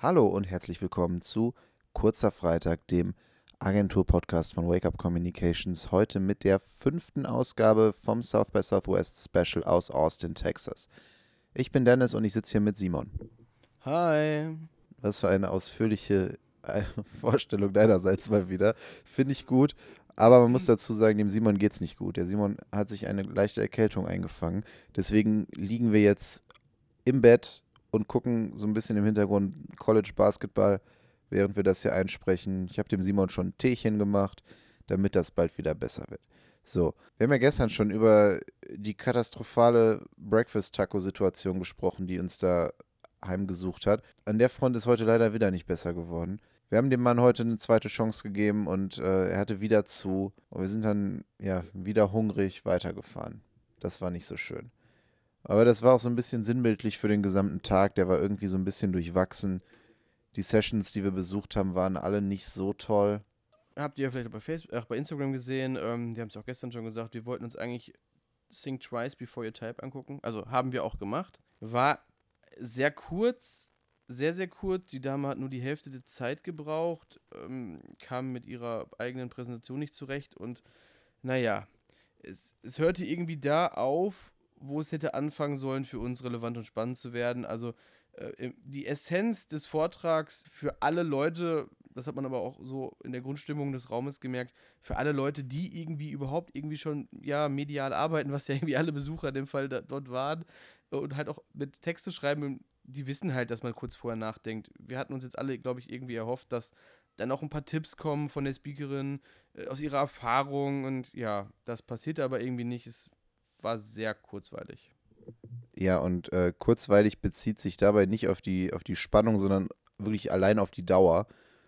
Hallo und herzlich willkommen zu Kurzer Freitag, dem Agentur-Podcast von Wake Up Communications. Heute mit der 5. Ausgabe vom South by Southwest Special aus Austin, Texas. Ich bin Dennis und ich sitze hier mit Simon. Hi. Was für eine ausführliche Vorstellung deinerseits mal wieder. Finde ich gut. Aber man muss dazu sagen, dem Simon geht es nicht gut. Der Simon hat sich eine leichte Erkältung eingefangen. Deswegen liegen wir jetzt im Bett und gucken so ein bisschen im Hintergrund College Basketball, während wir das hier einsprechen. Ich habe dem Simon schon ein Teechen gemacht, damit das bald wieder besser wird. So, wir haben ja gestern schon über die katastrophale Breakfast-Taco-Situation gesprochen, die uns da heimgesucht hat. An der Front ist heute leider wieder nicht besser geworden. Wir haben dem Mann heute eine zweite Chance gegeben und er hatte wieder zu. Und wir sind dann ja wieder hungrig weitergefahren. Das war nicht so schön. Aber das war auch so ein bisschen sinnbildlich für den gesamten Tag. Der war irgendwie so ein bisschen durchwachsen. Die Sessions, die wir besucht haben, waren alle nicht so toll. Habt ihr vielleicht bei Facebook, bei Instagram gesehen, die haben es auch gestern schon gesagt, wir wollten uns eigentlich Think Twice Before You Type angucken. Also haben wir auch gemacht. War sehr kurz, sehr, sehr kurz. Die Dame hat nur die Hälfte der Zeit gebraucht, kam mit ihrer eigenen Präsentation nicht zurecht und naja, es hörte irgendwie da auf, wo es hätte anfangen sollen, für uns relevant und spannend zu werden. Also die Essenz des Vortrags für alle Leute, das hat man aber auch so in der Grundstimmung des Raumes gemerkt, für alle Leute, die irgendwie überhaupt irgendwie schon ja medial arbeiten, was ja irgendwie alle Besucher in dem Fall dort waren und halt auch mit Texte schreiben, die wissen halt, dass man kurz vorher nachdenkt. Wir hatten uns jetzt alle, glaube ich, irgendwie erhofft, dass dann auch ein paar Tipps kommen von der Speakerin aus ihrer Erfahrung und ja, das passierte aber irgendwie nicht. Es war sehr kurzweilig. Ja, und kurzweilig bezieht sich dabei nicht auf die Spannung, sondern wirklich allein auf die Dauer.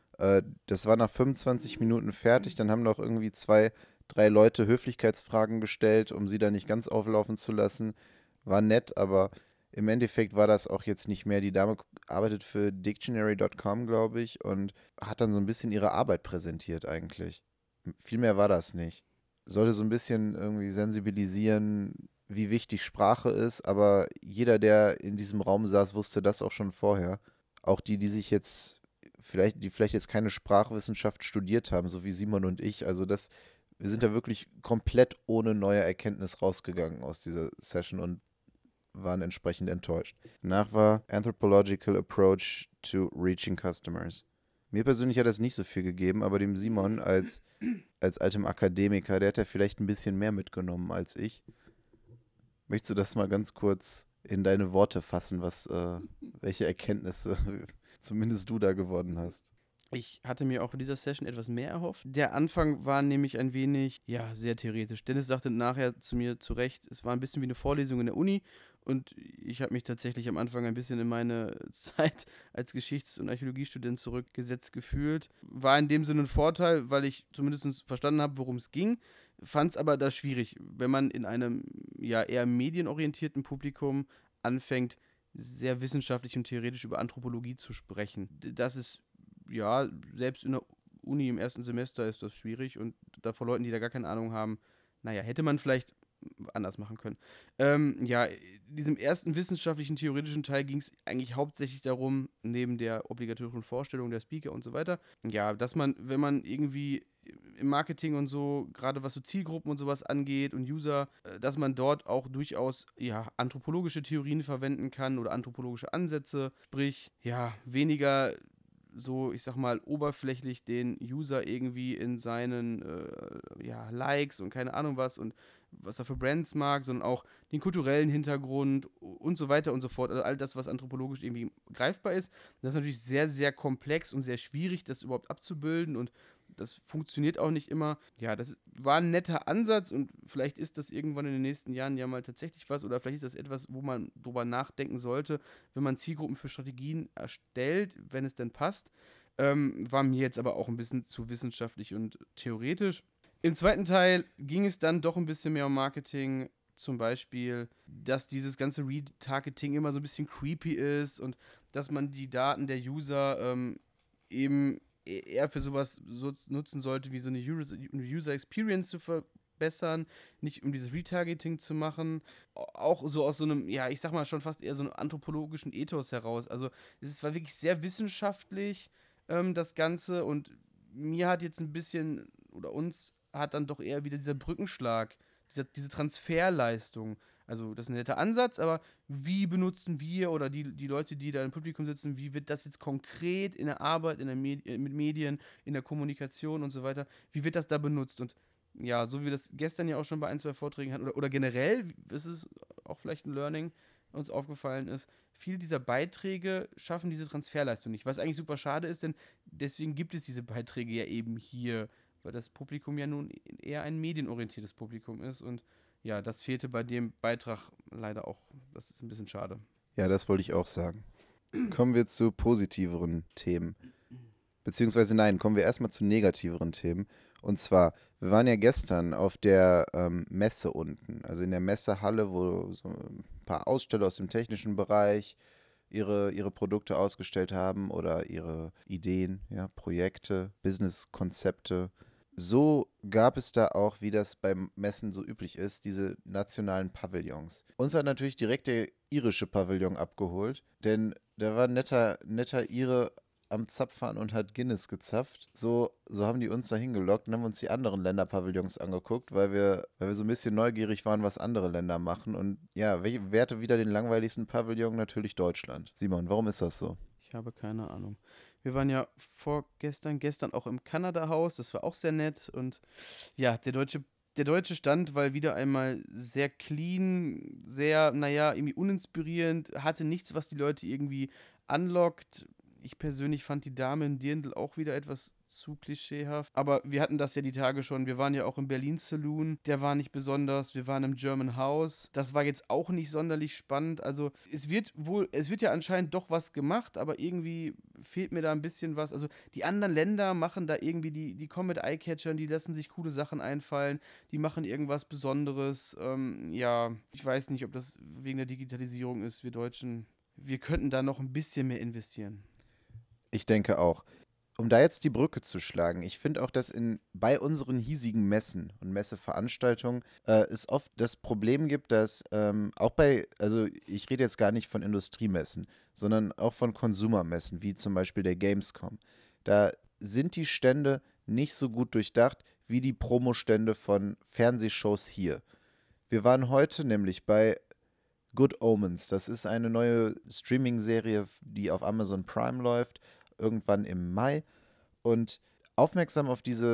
Das war nach 25 Minuten fertig. Dann haben noch irgendwie 2, 3 Leute Höflichkeitsfragen gestellt, um sie da nicht ganz auflaufen zu lassen. War nett, aber im Endeffekt war das auch jetzt nicht mehr. Die Dame arbeitet für Dictionary.com, glaube ich, und hat dann so ein bisschen ihre Arbeit präsentiert eigentlich. Viel mehr war das nicht. Sollte so ein bisschen irgendwie sensibilisieren, wie wichtig Sprache ist, aber jeder, der in diesem Raum saß, wusste das auch schon vorher. Auch die, die sich jetzt die vielleicht jetzt keine Sprachwissenschaft studiert haben, so wie Simon und ich. Also wir sind da wirklich komplett ohne neue Erkenntnis rausgegangen aus dieser Session und waren entsprechend enttäuscht. Danach war Anthropological Approach to Reaching Customers. Mir persönlich hat das nicht so viel gegeben, aber dem Simon als altem Akademiker, der hat ja vielleicht ein bisschen mehr mitgenommen als ich. Möchtest du das mal ganz kurz in deine Worte fassen, welche Erkenntnisse zumindest du da gewonnen hast? Ich hatte mir auch von dieser Session etwas mehr erhofft. Der Anfang war nämlich ein wenig, ja, sehr theoretisch. Dennis sagte nachher zu mir zu Recht, es war ein bisschen wie eine Vorlesung in der Uni und ich habe mich tatsächlich am Anfang ein bisschen in meine Zeit als Geschichts- und Archäologiestudent zurückgesetzt gefühlt. War in dem Sinne ein Vorteil, weil ich zumindest verstanden habe, worum es ging. Fand es aber da schwierig, wenn man in einem ja eher medienorientierten Publikum anfängt, sehr wissenschaftlich und theoretisch über Anthropologie zu sprechen. Das ist ja, selbst in der Uni im ersten Semester ist das schwierig und da vor Leuten, die da gar keine Ahnung haben, naja, hätte man vielleicht anders machen können. Ja, in diesem ersten wissenschaftlichen, theoretischen Teil ging es eigentlich hauptsächlich darum, neben der obligatorischen Vorstellung der Speaker und so weiter, ja, dass man, wenn man irgendwie im Marketing und so, gerade was so Zielgruppen und sowas angeht und User, dass man dort auch durchaus ja, anthropologische Theorien verwenden kann oder anthropologische Ansätze, sprich, ja, weniger so, ich sag mal, oberflächlich den User irgendwie in seinen ja, Likes und keine Ahnung was und was er für Brands mag, sondern auch den kulturellen Hintergrund und so weiter und so fort. Also all das, was anthropologisch irgendwie greifbar ist. Das ist natürlich sehr, sehr komplex und sehr schwierig, das überhaupt abzubilden und das funktioniert auch nicht immer. Ja, das war ein netter Ansatz und vielleicht ist das irgendwann in den nächsten Jahren ja mal tatsächlich was oder vielleicht ist das etwas, wo man drüber nachdenken sollte, wenn man Zielgruppen für Strategien erstellt, wenn es denn passt. War mir jetzt aber auch ein bisschen zu wissenschaftlich und theoretisch. Im zweiten Teil ging es dann doch ein bisschen mehr um Marketing. Zum Beispiel, dass dieses ganze Retargeting immer so ein bisschen creepy ist und dass man die Daten der User eben eher für sowas so nutzen sollte, wie so eine User Experience zu verbessern verbessern, nicht um dieses Retargeting zu machen, auch so aus so einem, ja, ich sag mal schon fast eher so einem anthropologischen Ethos heraus. Also es war wirklich sehr wissenschaftlich, das Ganze, und mir hat jetzt ein bisschen, oder uns hat dann doch eher wieder dieser Brückenschlag, diese Transferleistung. Also, das ist ein netter Ansatz, aber wie benutzen wir oder die Leute, die da im Publikum sitzen, wie wird das jetzt konkret in der Arbeit, mit Medien, in der Kommunikation und so weiter, wie wird das da benutzt? Und ja, so wie wir das gestern ja auch schon bei ein, zwei Vorträgen hatten, oder generell, ist es auch vielleicht ein Learning, uns aufgefallen ist, viele dieser Beiträge schaffen diese Transferleistung nicht, was eigentlich super schade ist, denn deswegen gibt es diese Beiträge ja eben hier, weil das Publikum ja nun eher ein medienorientiertes Publikum ist, und ja, das fehlte bei dem Beitrag leider auch. Das ist ein bisschen schade. Ja, das wollte ich auch sagen. Kommen wir zu positiveren Themen. Beziehungsweise nein, kommen wir erstmal zu negativeren Themen. Und zwar, wir waren ja gestern auf der Messe unten, also in der Messehalle, wo so ein paar Aussteller aus dem technischen Bereich ihre Produkte ausgestellt haben oder ihre Ideen, ja, Projekte, Businesskonzepte. So gab es da auch, wie das beim Messen so üblich ist, diese nationalen Pavillons. Uns hat natürlich direkt der irische Pavillon abgeholt, denn da war ein netter Ire am Zapfhahn und hat Guinness gezapft. So haben die uns da hingelockt und haben uns die anderen Länderpavillons angeguckt, weil wir so ein bisschen neugierig waren, was andere Länder machen. Und ja, wer hatte wieder den langweiligsten Pavillon? Natürlich Deutschland. Simon, warum ist das so? Ich habe keine Ahnung. Wir waren ja gestern auch im Kanada-Haus, das war auch sehr nett, und ja, der deutsche Stand war wieder einmal sehr clean, sehr, naja, irgendwie uninspirierend, hatte nichts, was die Leute irgendwie anlockt. Ich persönlich fand die Dame in Dirndl auch wieder etwas zu klischeehaft. Aber wir hatten das ja die Tage schon. Wir waren ja auch im Berlin Saloon. Der war nicht besonders. Wir waren im German House. Das war jetzt auch nicht sonderlich spannend. Also es wird ja anscheinend doch was gemacht, aber irgendwie fehlt mir da ein bisschen was. Also die anderen Länder machen da irgendwie, die kommen mit Eyecatchern, die lassen sich coole Sachen einfallen, die machen irgendwas Besonderes. Ja, ich weiß nicht, ob das wegen der Digitalisierung ist. Wir Deutschen, wir könnten da noch ein bisschen mehr investieren. Ich denke auch. Um da jetzt die Brücke zu schlagen, ich finde auch, dass bei unseren hiesigen Messen und Messeveranstaltungen es oft das Problem gibt, dass also ich rede jetzt gar nicht von Industriemessen, sondern auch von Konsumermessen, wie zum Beispiel der Gamescom. Da sind die Stände nicht so gut durchdacht wie die Promostände von Fernsehshows hier. Wir waren heute nämlich bei Good Omens. Das ist eine neue Streaming-Serie, die auf Amazon Prime läuft, irgendwann im Mai. Und aufmerksam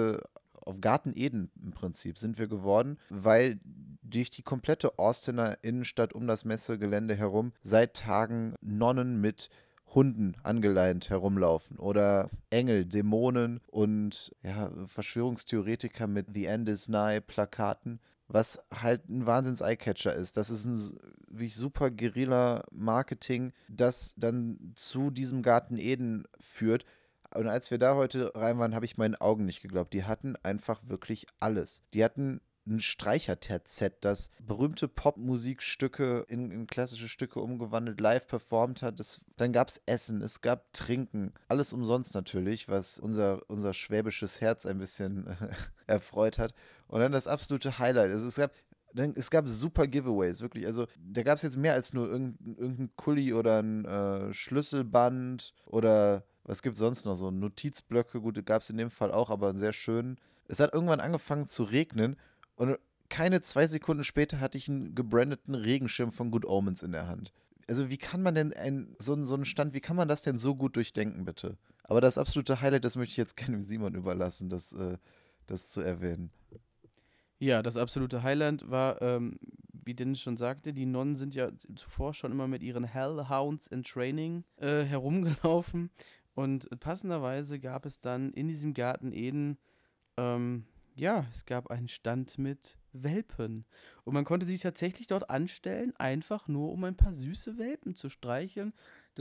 auf Garten Eden im Prinzip sind wir geworden, weil durch die komplette Austener Innenstadt um das Messegelände herum seit Tagen Nonnen mit Hunden angeleint herumlaufen oder Engel, Dämonen und ja, Verschwörungstheoretiker mit The End is Nigh Plakaten, was halt ein Wahnsinns-Eyecatcher ist. Das ist ein wie super Guerilla-Marketing, das dann zu diesem Garten Eden führt. Und als wir da heute rein waren, habe ich meinen Augen nicht geglaubt. Die hatten einfach wirklich alles. Die hatten ein Streicherterzett, das berühmte Popmusikstücke in klassische Stücke umgewandelt, live performt hat. Dann gab es Essen, es gab Trinken. Alles umsonst natürlich, was unser schwäbisches Herz ein bisschen erfreut hat. Und dann das absolute Highlight. Also es gab super Giveaways, wirklich. Also da gab es jetzt mehr als nur irgendein Kuli oder ein Schlüsselband oder was gibt es sonst noch? So Notizblöcke, gut, gab es in dem Fall auch, aber einen sehr schönen. Es hat irgendwann angefangen zu regnen und keine 2 Sekunden später hatte ich einen gebrandeten Regenschirm von Good Omens in der Hand. Also wie kann man denn so einen Stand, wie kann man das denn so gut durchdenken, bitte? Aber das absolute Highlight, das möchte ich jetzt gerne Simon überlassen, das zu erwähnen. Ja, das absolute Highlight war, wie Dennis schon sagte, die Nonnen sind ja zuvor schon immer mit ihren Hellhounds in Training herumgelaufen. Und passenderweise gab es dann in diesem Garten Eden, ja, es gab einen Stand mit Welpen. Und man konnte sich tatsächlich dort anstellen, einfach nur um ein paar süße Welpen zu streicheln.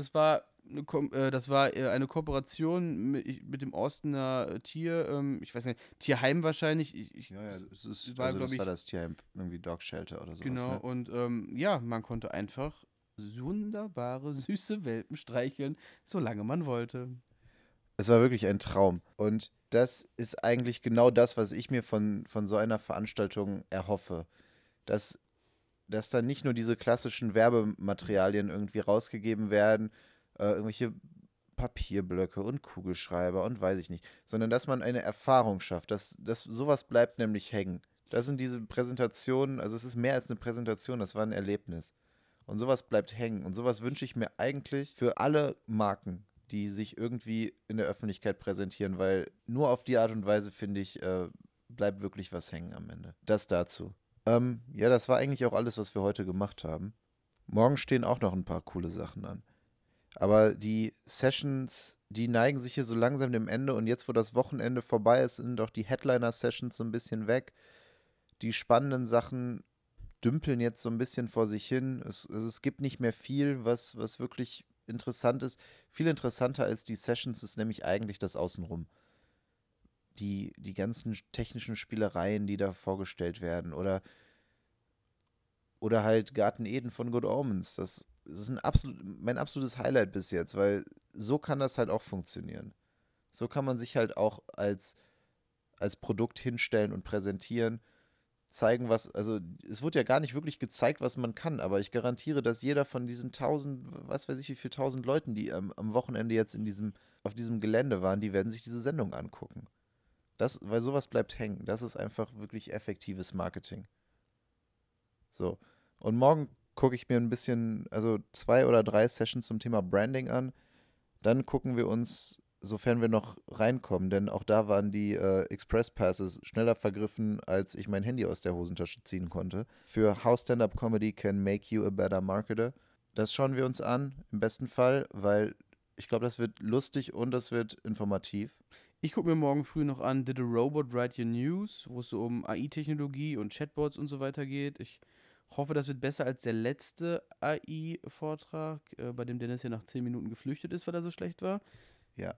Das war eine Kooperation mit dem Austener Tier, ich weiß nicht, Tierheim wahrscheinlich. Ja, ja, Glaube war ich, das Tierheim, irgendwie Dog Shelter oder sowas, genau. ne? Und ja, man konnte einfach wunderbare, süße Welpen streicheln, solange man wollte. Es war wirklich ein Traum. Und das ist eigentlich genau das, was ich mir von so einer Veranstaltung erhoffe. Dass, dass dann nicht nur diese klassischen Werbematerialien irgendwie rausgegeben werden, irgendwelche Papierblöcke und Kugelschreiber und weiß ich nicht, sondern dass man eine Erfahrung schafft, dass sowas bleibt nämlich hängen. Das sind diese Präsentationen, also es ist mehr als eine Präsentation, das war ein Erlebnis. Und sowas bleibt hängen. Und sowas wünsche ich mir eigentlich für alle Marken, die sich irgendwie in der Öffentlichkeit präsentieren, weil nur auf die Art und Weise, finde ich, bleibt wirklich was hängen am Ende. Das dazu. Ja, das war eigentlich auch alles, was wir heute gemacht haben. Morgen stehen auch noch ein paar coole Sachen an. Aber die Sessions, die neigen sich hier so langsam dem Ende und jetzt, wo das Wochenende vorbei ist, sind auch die Headliner-Sessions so ein bisschen weg. Die spannenden Sachen dümpeln jetzt so ein bisschen vor sich hin. Es gibt nicht mehr viel, was wirklich interessant ist. Viel interessanter als die Sessions ist nämlich eigentlich das Außenrum. Die ganzen technischen Spielereien, die da vorgestellt werden. Oder halt Garten Eden von Good Omens. Das ist mein absolutes Highlight bis jetzt, weil so kann das halt auch funktionieren. So kann man sich halt auch als Produkt hinstellen und präsentieren, zeigen, also es wurde ja gar nicht wirklich gezeigt, was man kann, aber ich garantiere, dass jeder von diesen 1000, was weiß ich, wie viele 1000 Leuten, die am Wochenende jetzt auf diesem Gelände waren, die werden sich diese Sendung angucken. Weil sowas bleibt hängen. Das ist einfach wirklich effektives Marketing. So. Und morgen gucke ich mir ein bisschen, also 2 oder 3 Sessions zum Thema Branding an. Dann gucken wir uns, sofern wir noch reinkommen, denn auch da waren die Express Passes schneller vergriffen, als ich mein Handy aus der Hosentasche ziehen konnte. Für How Stand-Up Comedy Can Make You a Better Marketer. Das schauen wir uns an, im besten Fall, weil ich glaube, das wird lustig und das wird informativ. Ich gucke mir morgen früh noch an Did a Robot Write Your News, wo es so um AI-Technologie und Chatbots und so weiter geht. Ich hoffe, das wird besser als der letzte AI-Vortrag, bei dem Dennis ja nach 10 Minuten geflüchtet ist, weil er so schlecht war. Ja.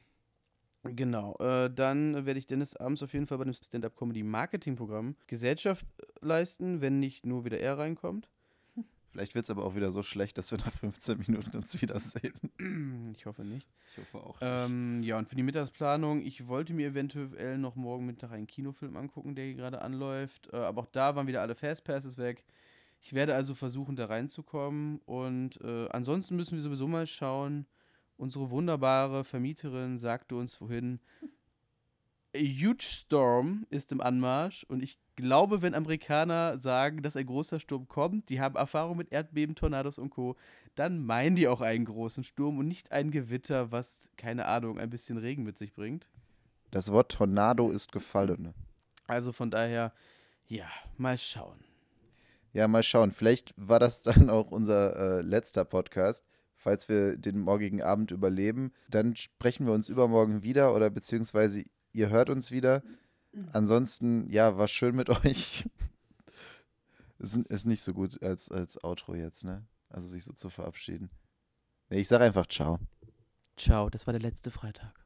Genau, dann werde ich Dennis abends auf jeden Fall bei dem Stand-Up-Comedy-Marketing-Programm Gesellschaft leisten, wenn nicht nur wieder er reinkommt. Vielleicht wird es aber auch wieder so schlecht, dass wir nach 15 Minuten uns wiedersehen. Ich hoffe nicht. Ich hoffe auch nicht. Ja, und für die Mittagsplanung, ich wollte mir eventuell noch morgen Mittag einen Kinofilm angucken, der hier gerade anläuft. Aber auch da waren wieder alle Fastpasses weg. Ich werde also versuchen, da reinzukommen. Und ansonsten müssen wir sowieso mal schauen. Unsere wunderbare Vermieterin sagte uns vorhin, a huge storm ist im Anmarsch. Und ich glaube, wenn Amerikaner sagen, dass ein großer Sturm kommt, die haben Erfahrung mit Erdbeben, Tornados und Co., dann meinen die auch einen großen Sturm und nicht ein Gewitter, was, keine Ahnung, ein bisschen Regen mit sich bringt. Das Wort Tornado ist gefallen. Also von daher, ja, mal schauen. Ja, mal schauen. Vielleicht war das dann auch unser letzter Podcast. Falls wir den morgigen Abend überleben, dann sprechen wir uns übermorgen wieder oder beziehungsweise ihr hört uns wieder. Ansonsten, ja, war schön mit euch. Ist nicht so gut als Outro jetzt, ne? Also sich so zu verabschieden. Nee, ich sag einfach ciao. Ciao, das war der letzte Freitag.